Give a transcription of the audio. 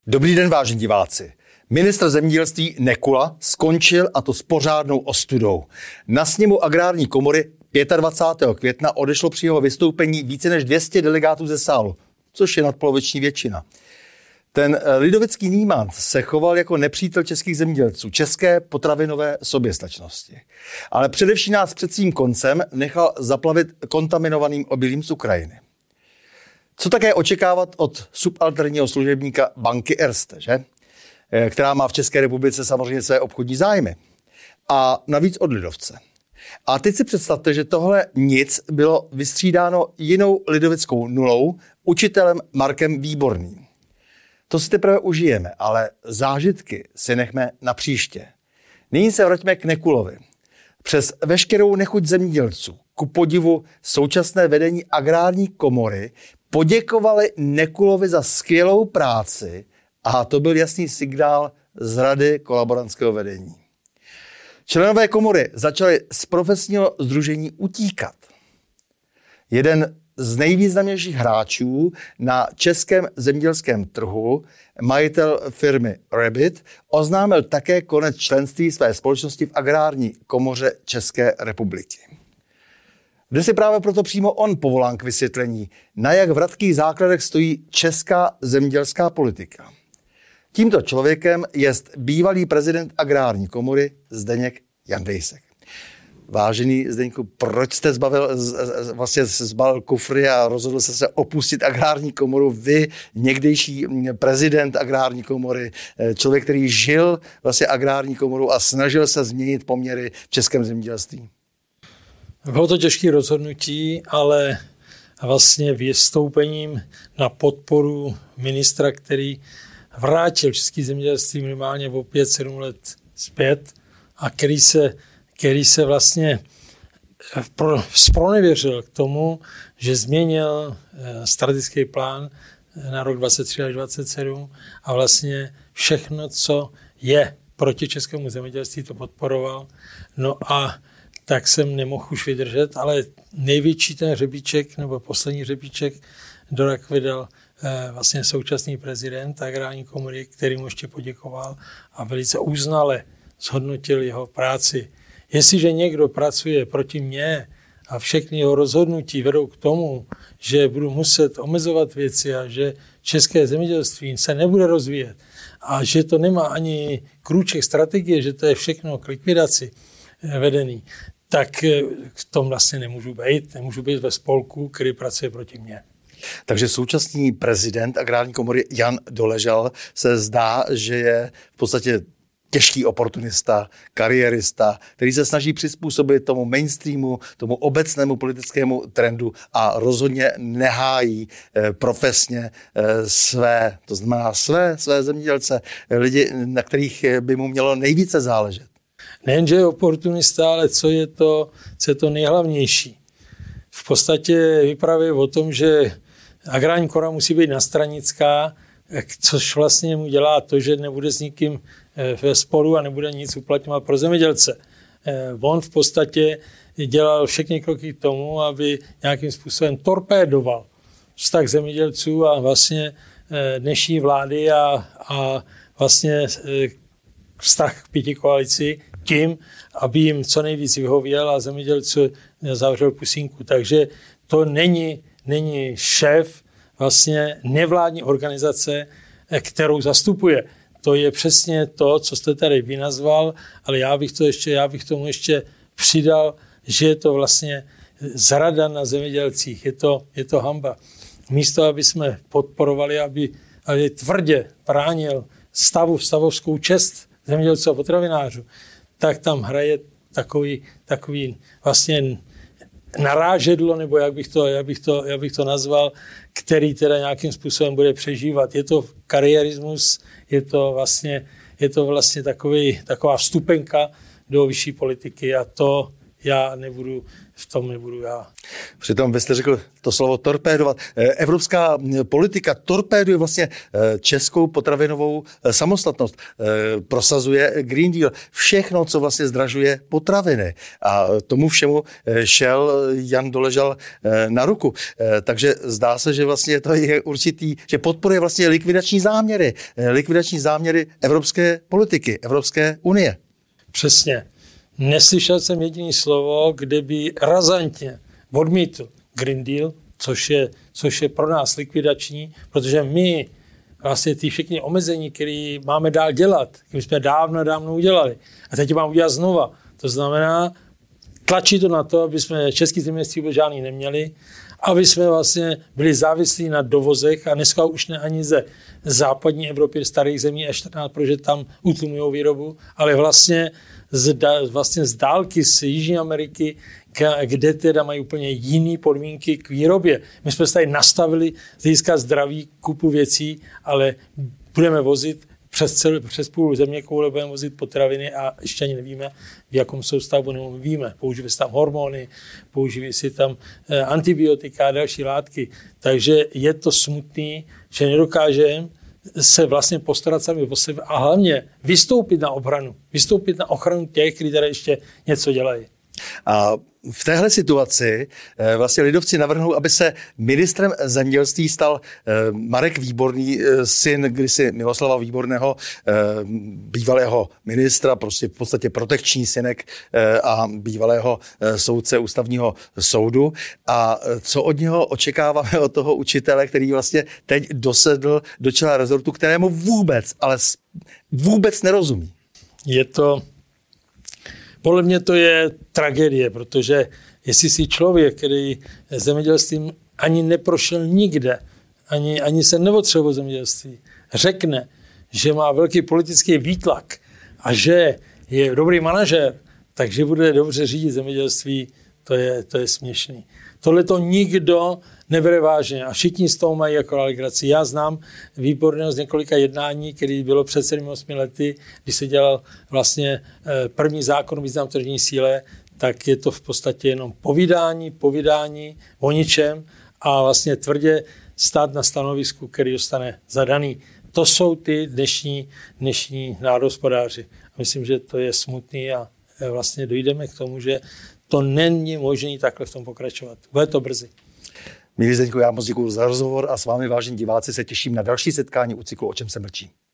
Dobrý den, vážení diváci. Ministr zemědělství Nekula skončil, a to s pořádnou ostudou. Na sněmu Agrární komory 25. května odešlo při jeho vystoupení více než 200 delegátů ze sálu, což je nadpoloviční většina. Ten lidovecký nímant se choval jako nepřítel českých zemědělců, české potravinové soběstačnosti. Ale především nás před svým koncem nechal zaplavit kontaminovaným obilím z Ukrajiny. Co také očekávat od subalterního služebníka banky Erste, že? Která má v České republice samozřejmě své obchodní zájmy. A navíc od lidovce. A teď si představte, že tohle nic bylo vystřídáno jinou lidoveckou nulou, učitelem Markem Výborným. To si teprve užijeme, ale zážitky si nechme na příště. Nyní se vraťme k Nekulovi. Přes veškerou nechuť zemědělců, ku podivu současné vedení Agrární komory, poděkovali Nekulovi za skvělou práci a to byl jasný signál z rady kolaborantského vedení. Členové komory začali z profesního sdružení utíkat. Jeden z nejvýznamnějších hráčů na českém zemědělském trhu, majitel firmy Rabbit, oznámil také konec členství své společnosti v Agrární komoře České republiky. Dnes je právě proto přímo on povolán k vysvětlení, na jak vratkých základech stojí česká zemědělská politika. Tímto člověkem jest bývalý prezident Agrární komory Zdeněk Jandejsek. Vážený Zdeňku, proč jste zbalil kufry a rozhodl jste se opustit Agrární komoru? Vy, někdejší prezident Agrární komory, člověk, který žil vlastně Agrární komoru a snažil se změnit poměry v českém zemědělství. Bylo to těžké rozhodnutí, ale vlastně vystoupením na podporu ministra, který vrátil české zemědělství minimálně o 5-7 let zpět a který se vlastně zpronevěřil k tomu, že změnil strategický plán na rok 2023 až 2027 a vlastně všechno, co je proti českému zemědělství, to podporoval. No a tak jsem nemohl už vydržet, ale největší ten hřebíček, nebo poslední hřebíček do rakve dal vlastně současný prezident Agrární komory, který mu ještě poděkoval a velice uznale zhodnotil jeho práci. Jestliže někdo pracuje proti mně a všechny jeho rozhodnutí vedou k tomu, že budu muset omezovat věci a že české zemědělství se nebude rozvíjet a že to nemá ani krůček strategie, že to je všechno k likvidaci vedený, tak v tom vlastně nemůžu být ve spolku, který pracuje proti mně. Takže současný prezident Agrární komory Jan Doležal se zdá, že je v podstatě těžký oportunista, kariérista, který se snaží přizpůsobit tomu mainstreamu, tomu obecnému politickému trendu a rozhodně nehájí profesně své, to znamená své zemědělce, lidi, na kterých by mu mělo nejvíce záležet. Nejenže je oportunista, ale co je to nejhlavnější. V podstatě vypráví o tom, že Agrární komora musí být nadstranická, což vlastně mu dělá to, že nebude s nikým ve sporu a nebude nic uplatňovat pro zemědělce. On v podstatě dělal všechny kroky k tomu, aby nějakým způsobem torpédoval vztah zemědělců a vlastně dnešní vlády a vlastně vztah k pětikoalici tím, aby jim co nejvíc vyhověl a zemědělců zavřel pusínku. Takže to není šéf vlastně nevládní organizace, kterou zastupuje. To je přesně to, co jste tady vynazval, ale já bych tomu ještě přidal, že je to vlastně zrada na zemědělcích. Je to hanba. Místo, aby jsme podporovali, aby tvrdě bránil stavovskou čest zemědělců a potravinářů, tak tam hraje takový vlastně narážedlo, nebo jak bych to nazval, který teda nějakým způsobem bude přežívat. Je to kariérismus, je to vlastně taková vstupenka do vyšší politiky a v tom nebudu já. Přitom vy jste řekl to slovo torpédovat. Evropská politika torpéduje vlastně českou potravinovou samostatnost. Prosazuje Green Deal. Všechno, co vlastně zdražuje potraviny. A tomu všemu šel Jan Doležal na ruku. Takže zdá se, že vlastně to je určitý, že podporuje vlastně likvidační záměry evropské politiky, Evropské unie. Přesně. Neslyšel jsem jediné slovo, kde by razantně odmítl Green Deal, což je pro nás likvidační, protože my vlastně ty všechny omezení, které máme dál dělat, které jsme dávno udělali, a teď máme udělat znova. To znamená, tlačí to na to, aby jsme český zemědělství vůbec žádný neměli, aby jsme vlastně byli závislí na dovozech a dneska už ne ani ze západní Evropy, starých zemí E14, protože tam utlumují výrobu, ale vlastně z dálky z Jižní Ameriky, kde teda mají úplně jiné podmínky k výrobě. My jsme se tady nastavili z hlediska zdraví kupu věcí, ale budeme vozit přes půl země koule budeme vozit potraviny a ještě ani nevíme, v jakom jsou stavu, nebo víme. Používají se tam hormony, používají se tam antibiotika a další látky. Takže je to smutný, že nedokážeme se vlastně postarat sami o sebe a hlavně vystoupit na ochranu těch, kteří tady ještě něco dělají. A v téhle situaci vlastně lidovci navrhnou, aby se ministrem zemědělství stal Marek Výborný, syn kdysi Miloslava Výborného, bývalého ministra, prostě v podstatě protekční synek a bývalého soudce ústavního soudu. A co od něho očekáváme od toho učitele, který vlastně teď dosedl do čela rezortu, kterému vůbec nerozumí? Podle mě to je tragédie, protože jestli si člověk, který zemědělstvím ani neprošel nikde, ani se neotřeboval zemědělství, řekne, že má velký politický výtlak a že je dobrý manažer, takže bude dobře řídit zemědělství, to je směšný. Tohle to nikdo nebere vážně a všichni z toho mají jako legraci. Já znám Výborného z několika jednání, který bylo před 7-8 lety, když se dělal vlastně první zákon o významné tržní síle, tak je to v podstatě jenom povídání o ničem a vlastně tvrdě stát na stanovisku, který dostane zadaný. To jsou ty dnešní národohospodáři. Myslím, že to je smutný a vlastně dojdeme k tomu, že to není možné takhle v tom pokračovat. Bude to brzy. Milí Zdeňku, já moc děkuju za rozhovor a s vámi, vážení diváci, se těším na další setkání u cyklu O čem se mlčí.